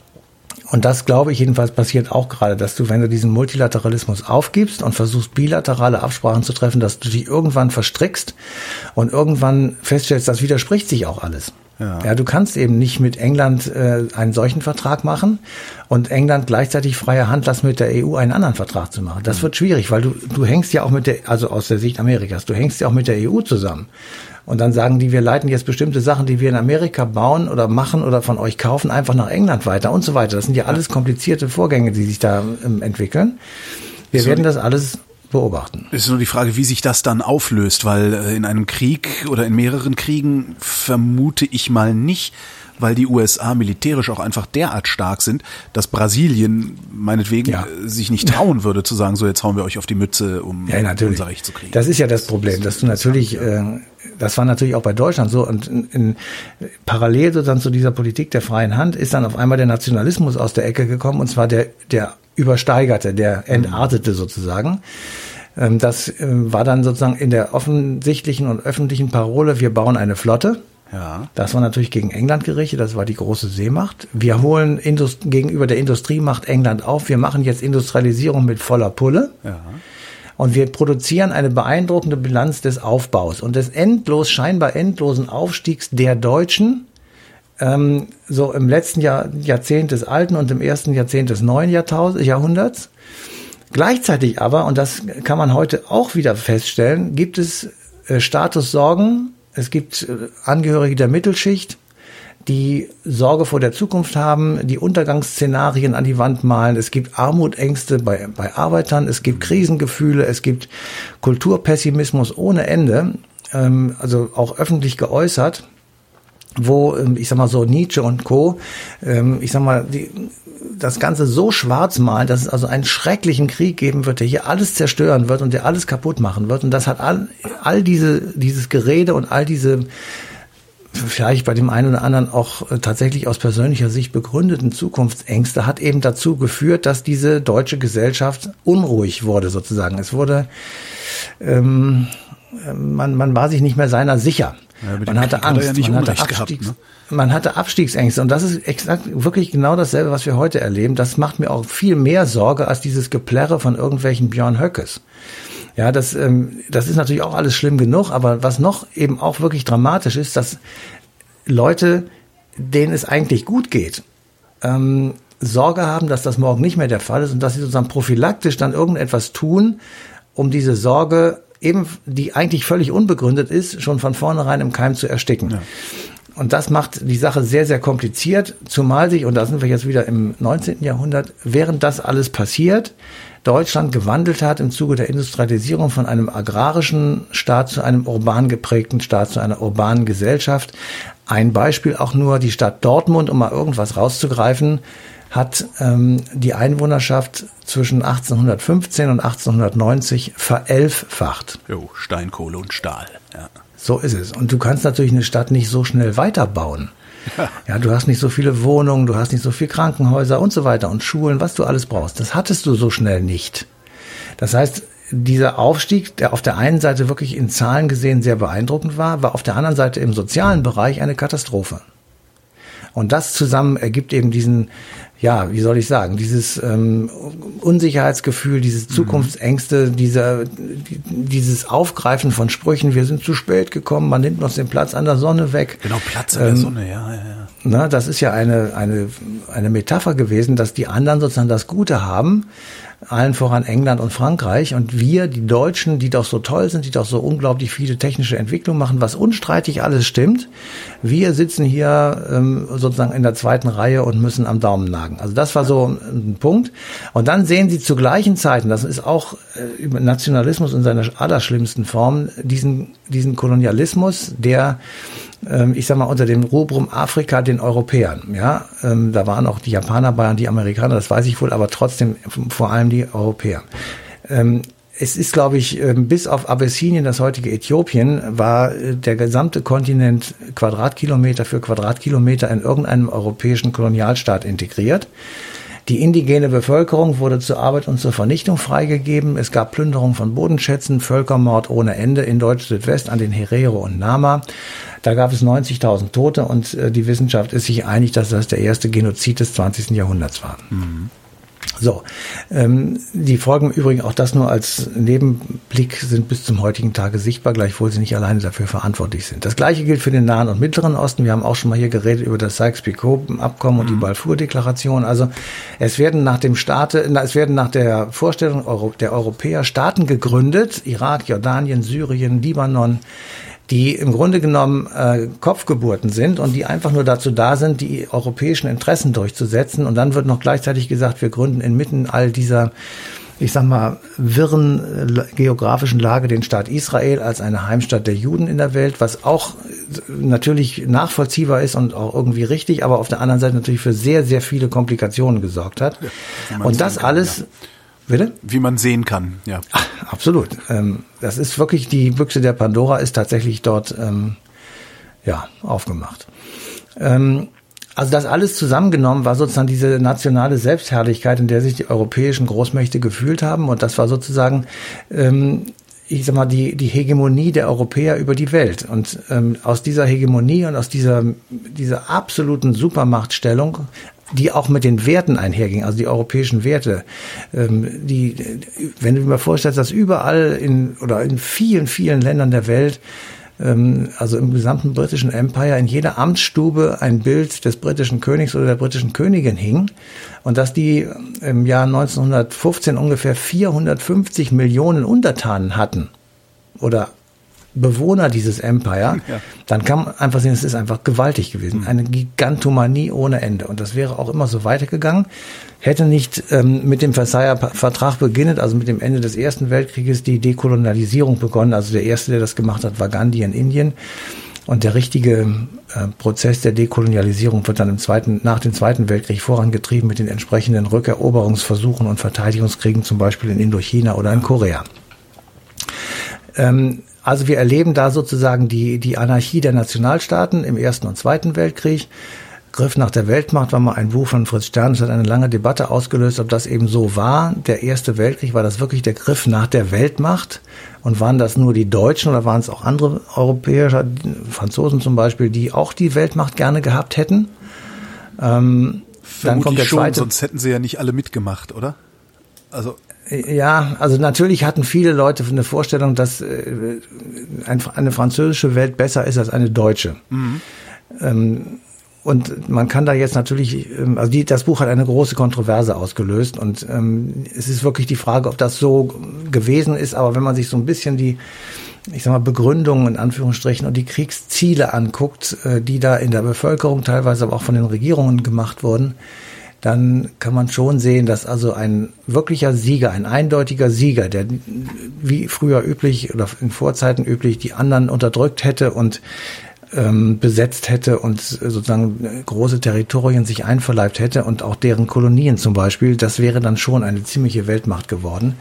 Und das, glaube ich, jedenfalls passiert auch gerade, dass du, wenn du diesen Multilateralismus aufgibst und versuchst, bilaterale Absprachen zu treffen, dass du die irgendwann verstrickst und irgendwann feststellst, das widerspricht sich auch alles. Ja, ja du kannst eben nicht mit England äh, einen solchen Vertrag machen und England gleichzeitig freie Hand lassen, mit der E U einen anderen Vertrag zu machen. Das mhm. wird schwierig, weil du du hängst ja auch mit der, also aus der Sicht Amerikas, du hängst ja auch mit der E U zusammen. Und dann sagen die, wir leiten jetzt bestimmte Sachen, die wir in Amerika bauen oder machen oder von euch kaufen, einfach nach England weiter und so weiter. Das sind ja alles komplizierte Vorgänge, die sich da ähm, entwickeln. Wir so werden das alles beobachten. Ist nur die Frage, wie sich das dann auflöst, weil äh, in einem Krieg oder in mehreren Kriegen vermute ich mal nicht, weil die U S A militärisch auch einfach derart stark sind, dass Brasilien meinetwegen ja. sich nicht trauen würde zu sagen, so jetzt hauen wir euch auf die Mütze, um ja, unser Recht zu kriegen. Das ist ja das Problem, dass du natürlich, äh, das war natürlich auch bei Deutschland so und in, in, parallel sozusagen zu dieser Politik der freien Hand ist dann auf einmal der Nationalismus aus der Ecke gekommen und zwar der, der übersteigerte, der entartete sozusagen. Das war dann sozusagen in der offensichtlichen und öffentlichen Parole, wir bauen eine Flotte. Ja. Das war natürlich gegen England gerichtet, das war die große Seemacht. Wir holen Indust- gegenüber der Industriemacht England auf, wir machen jetzt Industrialisierung mit voller Pulle. Ja. Und wir produzieren eine beeindruckende Bilanz des Aufbaus und des endlos, scheinbar endlosen Aufstiegs der Deutschen, ähm, so im letzten Jahr, Jahrzehnt des alten und im ersten Jahrzehnt des neuen Jahrtausend, Jahrhunderts. Gleichzeitig aber, und das kann man heute auch wieder feststellen, gibt es äh, Statussorgen, es gibt äh, Angehörige der Mittelschicht, die Sorge vor der Zukunft haben, die Untergangsszenarien an die Wand malen. Es gibt Armutängste bei, bei Arbeitern, es gibt Krisengefühle, es gibt Kulturpessimismus ohne Ende, ähm, also auch öffentlich geäußert, wo, ähm, ich sag mal so, Nietzsche und Co., ähm, ich sag mal, die, das Ganze so schwarz malen, dass es also einen schrecklichen Krieg geben wird, der hier alles zerstören wird und der alles kaputt machen wird. Und das hat all, all diese, dieses Gerede und all diese vielleicht bei dem einen oder anderen auch äh, tatsächlich aus persönlicher Sicht begründeten Zukunftsängste hat eben dazu geführt, dass diese deutsche Gesellschaft unruhig wurde sozusagen. Es wurde, ähm, man, man war sich nicht mehr seiner sicher. Ja, man hatte Angst, ja nicht man, hatte Abstiegs, gehabt, ne? man hatte Abstiegsängste und das ist exakt wirklich genau dasselbe, was wir heute erleben. Das macht mir auch viel mehr Sorge als dieses Geplärre von irgendwelchen Björn Höckes. Ja, das, ähm, das ist natürlich auch alles schlimm genug, aber was noch eben auch wirklich dramatisch ist, dass Leute, denen es eigentlich gut geht, ähm, Sorge haben, dass das morgen nicht mehr der Fall ist und dass sie sozusagen prophylaktisch dann irgendetwas tun, um diese Sorge, eben die eigentlich völlig unbegründet ist, schon von vornherein im Keim zu ersticken. Ja. Und das macht die Sache sehr, sehr kompliziert, zumal sich, und da sind wir jetzt wieder im neunzehnten Jahrhundert, während das alles passiert, Deutschland gewandelt hat im Zuge der Industrialisierung von einem agrarischen Staat zu einem urban geprägten Staat, zu einer urbanen Gesellschaft. Ein Beispiel auch nur, die Stadt Dortmund, um mal irgendwas rauszugreifen, hat ähm, die Einwohnerschaft zwischen achtzehnhundertfünfzehn und achtzehnhundertneunzig verelffacht. Jo, Steinkohle und Stahl, ja. So ist es. Und du kannst natürlich eine Stadt nicht so schnell weiterbauen. Ja. ja, du hast nicht so viele Wohnungen, du hast nicht so viele Krankenhäuser und so weiter und Schulen, was du alles brauchst. Das hattest du so schnell nicht. Das heißt, dieser Aufstieg, der auf der einen Seite wirklich in Zahlen gesehen sehr beeindruckend war, war auf der anderen Seite im sozialen Bereich eine Katastrophe. Und das zusammen ergibt eben diesen, ja, wie soll ich sagen, dieses ähm, Unsicherheitsgefühl, diese Zukunftsängste, dieser, die, dieses Aufgreifen von Sprüchen, wir sind zu spät gekommen, man nimmt uns den Platz an der Sonne weg. Genau, Platz an ähm, der Sonne, ja, ja, ja. Na, das ist ja eine, eine, eine Metapher gewesen, dass die anderen sozusagen das Gute haben, allen voran England und Frankreich, und wir, die Deutschen, die doch so toll sind, die doch so unglaublich viele technische Entwicklungen machen, was unstreitig alles stimmt, wir sitzen hier ähm, sozusagen in der zweiten Reihe und müssen am Daumen nagen. Also das war so ein Punkt. Und dann sehen Sie zu gleichen Zeiten, das ist auch äh, Nationalismus in seiner allerschlimmsten Form, diesen, diesen Kolonialismus, der ich sag mal, unter dem Rubrum Afrika den Europäern, ja, ähm, da waren auch die Japaner bei und die Amerikaner, das weiß ich wohl, aber trotzdem vor allem die Europäer. Ähm, es ist, glaube ich, bis auf Abessinien, das heutige Äthiopien, war der gesamte Kontinent Quadratkilometer für Quadratkilometer in irgendeinem europäischen Kolonialstaat integriert. Die indigene Bevölkerung wurde zur Arbeit und zur Vernichtung freigegeben. Es gab Plünderung von Bodenschätzen, Völkermord ohne Ende in Deutsch-Südwest an den Herero und Nama. Da gab es neunzigtausend Tote und äh, die Wissenschaft ist sich einig, dass das der erste Genozid des zwanzigsten Jahrhunderts war. Mhm. So, ähm, die Folgen übrigens, auch das nur als Nebenblick, sind bis zum heutigen Tage sichtbar, gleichwohl sie nicht alleine dafür verantwortlich sind. Das Gleiche gilt für den Nahen und Mittleren Osten. Wir haben auch schon mal hier geredet über das Sykes-Picot-Abkommen und die Balfour-Deklaration. Also es werden nach dem Staate, es werden nach der Vorstellung der Europäer Staaten gegründet, Irak, Jordanien, Syrien, Libanon, die im Grunde genommen äh, Kopfgeburten sind und die einfach nur dazu da sind, die europäischen Interessen durchzusetzen. Und dann wird noch gleichzeitig gesagt, wir gründen inmitten all dieser, ich sag mal, wirren äh, geografischen Lage den Staat Israel als eine Heimstatt der Juden in der Welt, was auch natürlich nachvollziehbar ist und auch irgendwie richtig, aber auf der anderen Seite natürlich für sehr, sehr viele Komplikationen gesorgt hat. Ja, und das alles... Ja. Bitte? Wie man sehen kann, ja. Ach, absolut. Ähm, das ist wirklich, die Büchse der Pandora ist tatsächlich dort ähm, ja, aufgemacht. Ähm, also das alles zusammengenommen war sozusagen diese nationale Selbstherrlichkeit, in der sich die europäischen Großmächte gefühlt haben. Und das war sozusagen, ähm, ich sag mal, die, die Hegemonie der Europäer über die Welt. Und ähm, aus dieser Hegemonie und aus dieser, dieser absoluten Supermachtstellung, die auch mit den Werten einherging, also die europäischen Werte, ähm, die, wenn du dir mal vorstellst, dass überall in, oder in vielen, vielen Ländern der Welt, ähm, also im gesamten britischen Empire, in jeder Amtsstube ein Bild des britischen Königs oder der britischen Königin hing und dass die im Jahr neunzehnhundertfünfzehn ungefähr vierhundertfünfzig Millionen Untertanen hatten oder Bewohner dieses Empire, ja. Dann kann man einfach sehen, es ist einfach gewaltig gewesen. Mhm. Eine Gigantomanie ohne Ende. Und das wäre auch immer so weitergegangen. Hätte nicht ähm, mit dem Versailler Vertrag beginnend, also mit dem Ende des Ersten Weltkrieges, die Dekolonialisierung begonnen. Also der Erste, der das gemacht hat, war Gandhi in Indien. Und der richtige äh, Prozess der Dekolonialisierung wird dann im zweiten, nach dem Zweiten Weltkrieg vorangetrieben mit den entsprechenden Rückeroberungsversuchen und Verteidigungskriegen, zum Beispiel in Indochina oder in Korea. Ähm, Also wir erleben da sozusagen die, die Anarchie der Nationalstaaten im Ersten und Zweiten Weltkrieg. Griff nach der Weltmacht war mal ein Buch von Fritz Stern. Es hat eine lange Debatte ausgelöst, ob das eben so war. Der Erste Weltkrieg, war das wirklich der Griff nach der Weltmacht? Und waren das nur die Deutschen oder waren es auch andere Europäer, Franzosen zum Beispiel, die auch die Weltmacht gerne gehabt hätten? Ähm, dann kommt der schon, zweite. Sonst hätten sie ja nicht alle mitgemacht, oder? Also ja, also natürlich hatten viele Leute eine Vorstellung, dass äh, eine französische Welt besser ist als eine deutsche. Mhm. Ähm, Und man kann da jetzt natürlich, also die, das Buch hat eine große Kontroverse ausgelöst und ähm, es ist wirklich die Frage, ob das so gewesen ist. Aber wenn man sich so ein bisschen die, ich sag mal, Begründungen in Anführungsstrichen und die Kriegsziele anguckt, äh, die da in der Bevölkerung teilweise aber auch von den Regierungen gemacht wurden, dann kann man schon sehen, dass also ein wirklicher Sieger, ein eindeutiger Sieger, der wie früher üblich oder in Vorzeiten üblich die anderen unterdrückt hätte und besetzt hätte und sozusagen große Territorien sich einverleibt hätte und auch deren Kolonien zum Beispiel, das wäre dann schon eine ziemliche Weltmacht geworden.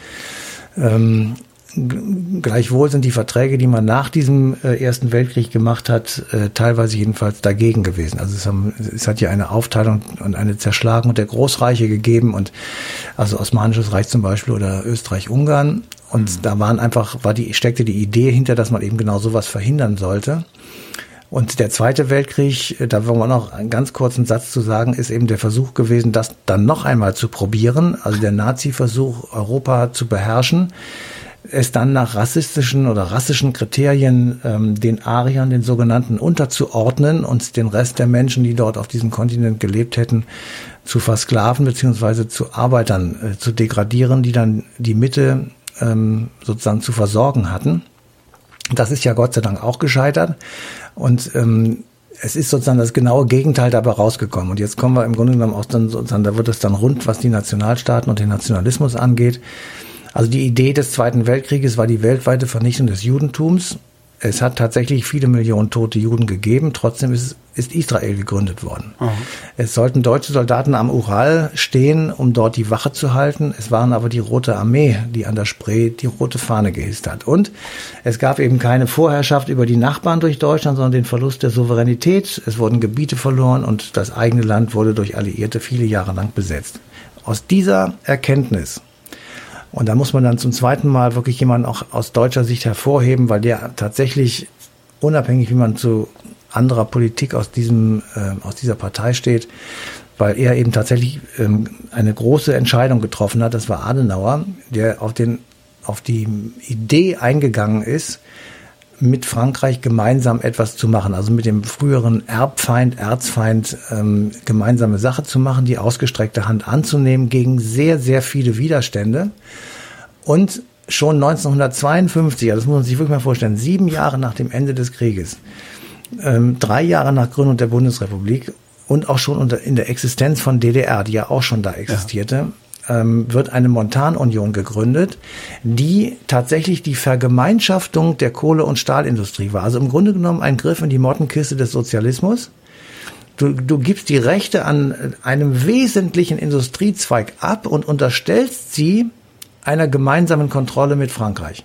Ähm, gleichwohl sind die Verträge, die man nach diesem äh, Ersten Weltkrieg gemacht hat, äh, teilweise jedenfalls dagegen gewesen. Also es, haben, es hat ja eine Aufteilung und eine Zerschlagung der Großreiche gegeben und also Osmanisches Reich zum Beispiel oder Österreich-Ungarn. Und mhm. da waren einfach, war die, steckte die Idee hinter, dass man eben genau sowas verhindern sollte. Und der Zweite Weltkrieg, da wollen wir noch einen ganz kurzen Satz zu sagen, ist eben der Versuch gewesen, das dann noch einmal zu probieren, also der Nazi-Versuch, Europa zu beherrschen, es dann nach rassistischen oder rassischen Kriterien ähm, den Ariern, den sogenannten, unterzuordnen und den Rest der Menschen, die dort auf diesem Kontinent gelebt hätten, zu versklaven bzw. zu Arbeitern äh, zu degradieren, die dann die Mitte ähm, sozusagen zu versorgen hatten. Das ist ja Gott sei Dank auch gescheitert. Und ähm, es ist sozusagen das genaue Gegenteil dabei rausgekommen. Und jetzt kommen wir im Grunde genommen auch dann sozusagen, da wird es dann rund, was die Nationalstaaten und den Nationalismus angeht. Also die Idee des Zweiten Weltkrieges war die weltweite Vernichtung des Judentums. Es hat tatsächlich viele Millionen tote Juden gegeben. Trotzdem ist, ist Israel gegründet worden. Aha. Es sollten deutsche Soldaten am Ural stehen, um dort die Wache zu halten. Es waren aber die Rote Armee, die an der Spree die rote Fahne gehisst hat. Und es gab eben keine Vorherrschaft über die Nachbarn durch Deutschland, sondern den Verlust der Souveränität. Es wurden Gebiete verloren und das eigene Land wurde durch Alliierte viele Jahre lang besetzt. Aus dieser Erkenntnis, und da muss man dann zum zweiten Mal wirklich jemanden auch aus deutscher Sicht hervorheben, weil der tatsächlich, unabhängig wie man zu anderer Politik aus diesem äh, aus dieser Partei steht, weil er eben tatsächlich ähm, eine große Entscheidung getroffen hat, das war Adenauer, der auf den auf die Idee eingegangen ist, mit Frankreich gemeinsam etwas zu machen, also mit dem früheren Erbfeind, Erzfeind ähm, gemeinsame Sache zu machen, die ausgestreckte Hand anzunehmen gegen sehr, sehr viele Widerstände. Und schon neunzehnhundertzweiundfünfzig, also das muss man sich wirklich mal vorstellen, sieben Jahre nach dem Ende des Krieges, ähm, drei Jahre nach Gründung der Bundesrepublik und auch schon unter, in der Existenz von D D R, die ja auch schon da existierte, ja. wird eine Montanunion gegründet, die tatsächlich die Vergemeinschaftung der Kohle- und Stahlindustrie war. Also im Grunde genommen ein Griff in die Mottenkiste des Sozialismus. Du, du gibst die Rechte an einem wesentlichen Industriezweig ab und unterstellst sie einer gemeinsamen Kontrolle mit Frankreich.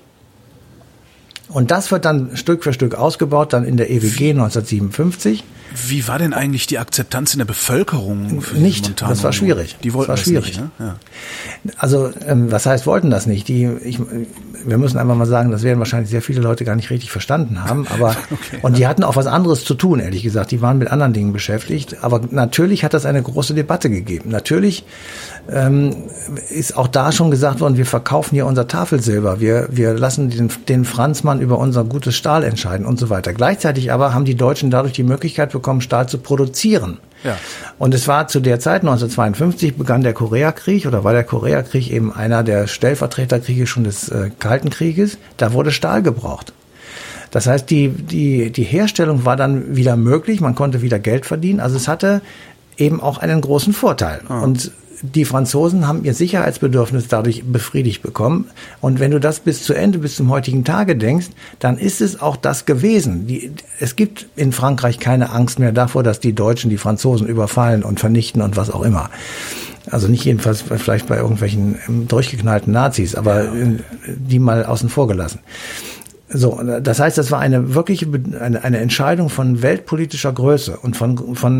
Und das wird dann Stück für Stück ausgebaut, dann in der E W G neunzehnhundertsiebenundfünfzig. Wie war denn eigentlich die Akzeptanz in der Bevölkerung für nicht, diese Montanunion? Das war schwierig. Die wollten das, war das schwierig. nicht, ne? Ja. Also, ähm, was heißt, wollten das nicht? Die, ich, wir müssen einfach mal sagen, das werden wahrscheinlich sehr viele Leute gar nicht richtig verstanden haben, aber, okay, und die ja. hatten auch was anderes zu tun, ehrlich gesagt. Die waren mit anderen Dingen beschäftigt, aber natürlich hat das eine große Debatte gegeben. Natürlich, ähm, ist auch da schon gesagt worden, wir verkaufen hier unser Tafelsilber, wir, wir lassen den, den Franzmann über unser gutes Stahl entscheiden und so weiter. Gleichzeitig aber haben die Deutschen dadurch die Möglichkeit bekommen, Stahl zu produzieren. Ja. Und es war zu der Zeit, neunzehnhundertzweiundfünfzig, begann der Koreakrieg, oder war der Koreakrieg eben einer der Stellvertreterkriege schon des äh, Kalten Krieges. Da wurde Stahl gebraucht. Das heißt, die, die, die Herstellung war dann wieder möglich, man konnte wieder Geld verdienen. Also es hatte eben auch einen großen Vorteil. Ah. Und die Franzosen haben ihr Sicherheitsbedürfnis dadurch befriedigt bekommen. Und wenn du das bis zu Ende, bis zum heutigen Tage denkst, dann ist es auch das gewesen. Die, es gibt in Frankreich keine Angst mehr davor, dass die Deutschen die Franzosen überfallen und vernichten und was auch immer. Also nicht jedenfalls vielleicht bei irgendwelchen durchgeknallten Nazis, aber ja. die mal außen vor gelassen. So, das heißt, das war eine wirkliche eine, eine Entscheidung von weltpolitischer Größe und von von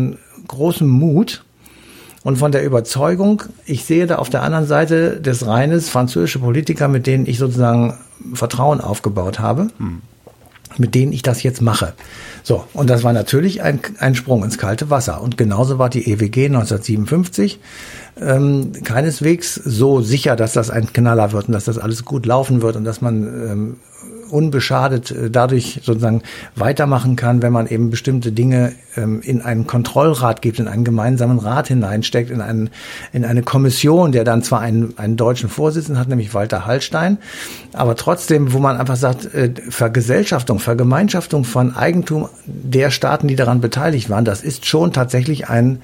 großem Mut und von der Überzeugung, ich sehe da auf der anderen Seite des Rheines französische Politiker, mit denen ich sozusagen Vertrauen aufgebaut habe, hm. mit denen ich das jetzt mache. So, und das war natürlich ein, ein Sprung ins kalte Wasser. Und genauso war die E W G neunzehnhundertsiebenundfünfzig ähm, keineswegs so sicher, dass das ein Knaller wird und dass das alles gut laufen wird und dass man ähm, unbeschadet dadurch sozusagen weitermachen kann, wenn man eben bestimmte Dinge ähm, in einen Kontrollrat gibt, in einen gemeinsamen Rat hineinsteckt, in, einen, in eine Kommission, der dann zwar einen, einen deutschen Vorsitzenden hat, nämlich Walter Hallstein, aber trotzdem, wo man einfach sagt, äh, Vergesellschaftung, Vergemeinschaftung von Eigentum der Staaten, die daran beteiligt waren, das ist schon tatsächlich ein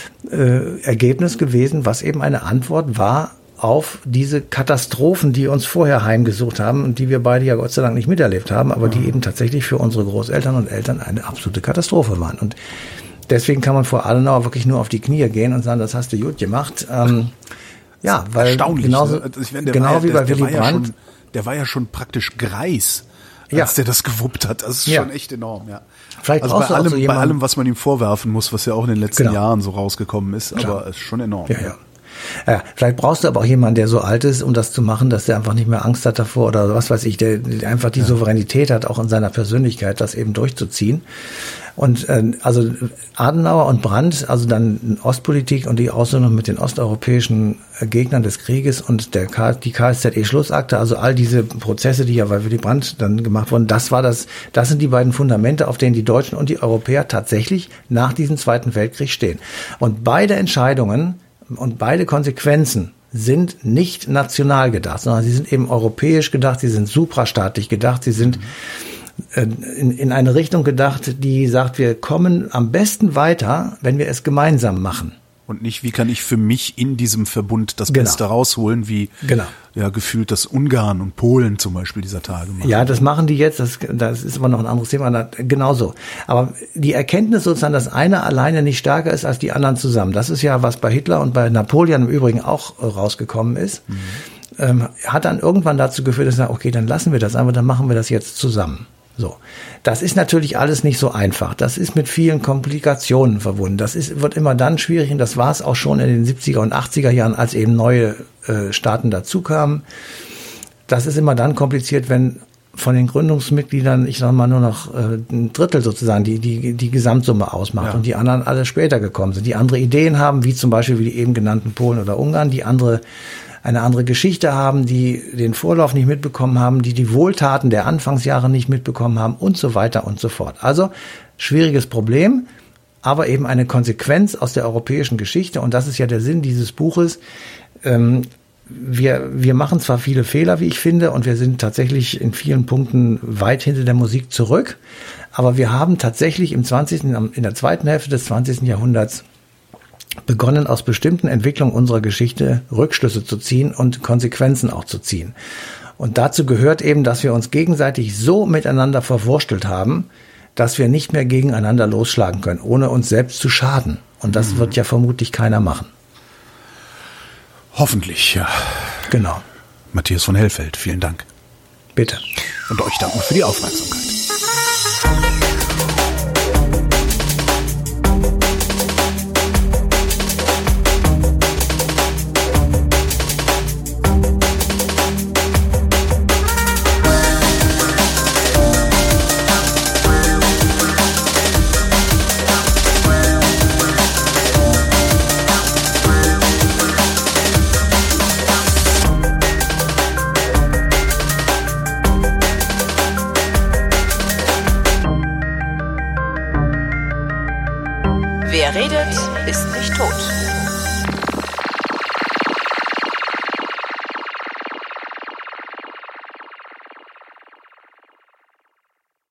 äh, Ergebnis gewesen, was eben eine Antwort war auf diese Katastrophen, die uns vorher heimgesucht haben und die wir beide ja Gott sei Dank nicht miterlebt haben, aber die eben tatsächlich für unsere Großeltern und Eltern eine absolute Katastrophe waren. Und deswegen kann man vor Adenauer wirklich nur auf die Knie gehen und sagen, das hast du gut gemacht. Ähm, ja, weil erstaunlich, genauso, ne? Ich meine, genau ja, wie der, bei Willy Brandt. Ja schon, der war ja schon praktisch Greis, als ja. der das gewuppt hat. Das ist ja. schon echt enorm, ja. Vielleicht also bei so allem, so bei allem, was man ihm vorwerfen muss, was ja auch in den letzten genau. Jahren so rausgekommen ist, Klar. aber es ist schon enorm. Ja, ja. Ja, vielleicht brauchst du aber auch jemanden, der so alt ist, um das zu machen, dass der einfach nicht mehr Angst hat davor oder was weiß ich, der, der einfach die ja. Souveränität hat, auch in seiner Persönlichkeit, das eben durchzuziehen. Und äh, also Adenauer und Brandt, also dann Ostpolitik und die Aussöhnung mit den osteuropäischen Gegnern des Krieges und der K- die K S Z E-Schlussakte, also all diese Prozesse, die ja bei Willy Brandt dann gemacht wurden, das war das, das sind die beiden Fundamente, auf denen die Deutschen und die Europäer tatsächlich nach diesem Zweiten Weltkrieg stehen. Und beide Entscheidungen und beide Konsequenzen sind nicht national gedacht, sondern sie sind eben europäisch gedacht, sie sind suprastaatlich gedacht, sie sind äh, in, in eine Richtung gedacht, die sagt, wir kommen am besten weiter, wenn wir es gemeinsam machen. Und nicht, wie kann ich für mich in diesem Verbund das Genau. Beste rausholen, wie genau. ja gefühlt das Ungarn und Polen zum Beispiel dieser Tage machen. Ja, das machen die jetzt, das, das ist aber noch ein anderes Thema, genauso. Aber die Erkenntnis sozusagen, dass einer alleine nicht stärker ist als die anderen zusammen, das ist ja, was bei Hitler und bei Napoleon im Übrigen auch rausgekommen ist, mhm. ähm, hat dann irgendwann dazu geführt, dass sie sagen, okay, dann lassen wir das einfach, dann machen wir das jetzt zusammen. So, das ist natürlich alles nicht so einfach. Das ist mit vielen Komplikationen verbunden. Das ist, wird immer dann schwierig und das war es auch schon in den siebziger und achtziger Jahren, als eben neue äh, Staaten dazukamen. Das ist immer dann kompliziert, wenn von den Gründungsmitgliedern, ich sage mal, nur noch äh, ein Drittel sozusagen die die die Gesamtsumme ausmacht ja. und die anderen alle später gekommen sind, die andere Ideen haben, wie zum Beispiel wie die eben genannten Polen oder Ungarn, die andere eine andere Geschichte haben, die den Vorlauf nicht mitbekommen haben, die die Wohltaten der Anfangsjahre nicht mitbekommen haben und so weiter und so fort. Also schwieriges Problem, aber eben eine Konsequenz aus der europäischen Geschichte und das ist ja der Sinn dieses Buches. Ähm, wir wir machen zwar viele Fehler, wie ich finde, und wir sind tatsächlich in vielen Punkten weit hinter der Musik zurück, aber wir haben tatsächlich im zwanzigsten in der zweiten Hälfte des zwanzigsten Jahrhunderts begonnen, aus bestimmten Entwicklungen unserer Geschichte Rückschlüsse zu ziehen und Konsequenzen auch zu ziehen. Und dazu gehört eben, dass wir uns gegenseitig so miteinander verwurstelt haben, dass wir nicht mehr gegeneinander losschlagen können, ohne uns selbst zu schaden. Und das mhm. wird ja vermutlich keiner machen. Hoffentlich, ja. Genau. Matthias von Hellfeld, vielen Dank. Bitte. Und euch danken für die Aufmerksamkeit. Wer redet, ist nicht tot.